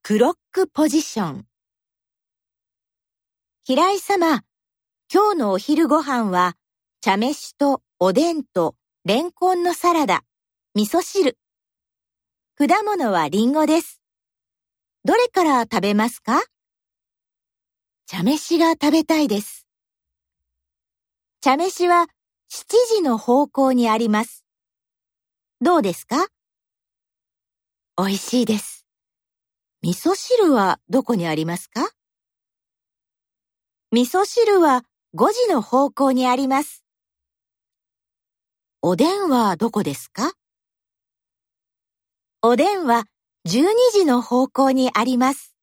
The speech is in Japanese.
クロックポジション。平井様、今日のお昼ご飯は、茶飯とおでんとレンコンのサラダ、味噌汁。果物はリンゴです。どれから食べますか？茶飯が食べたいです。茶飯は7時の方向にあります。どうですか？おいしいです。味噌汁はどこにありますか？味噌汁は5時の方向にあります。おでんはどこですか？おでんは12時の方向にあります。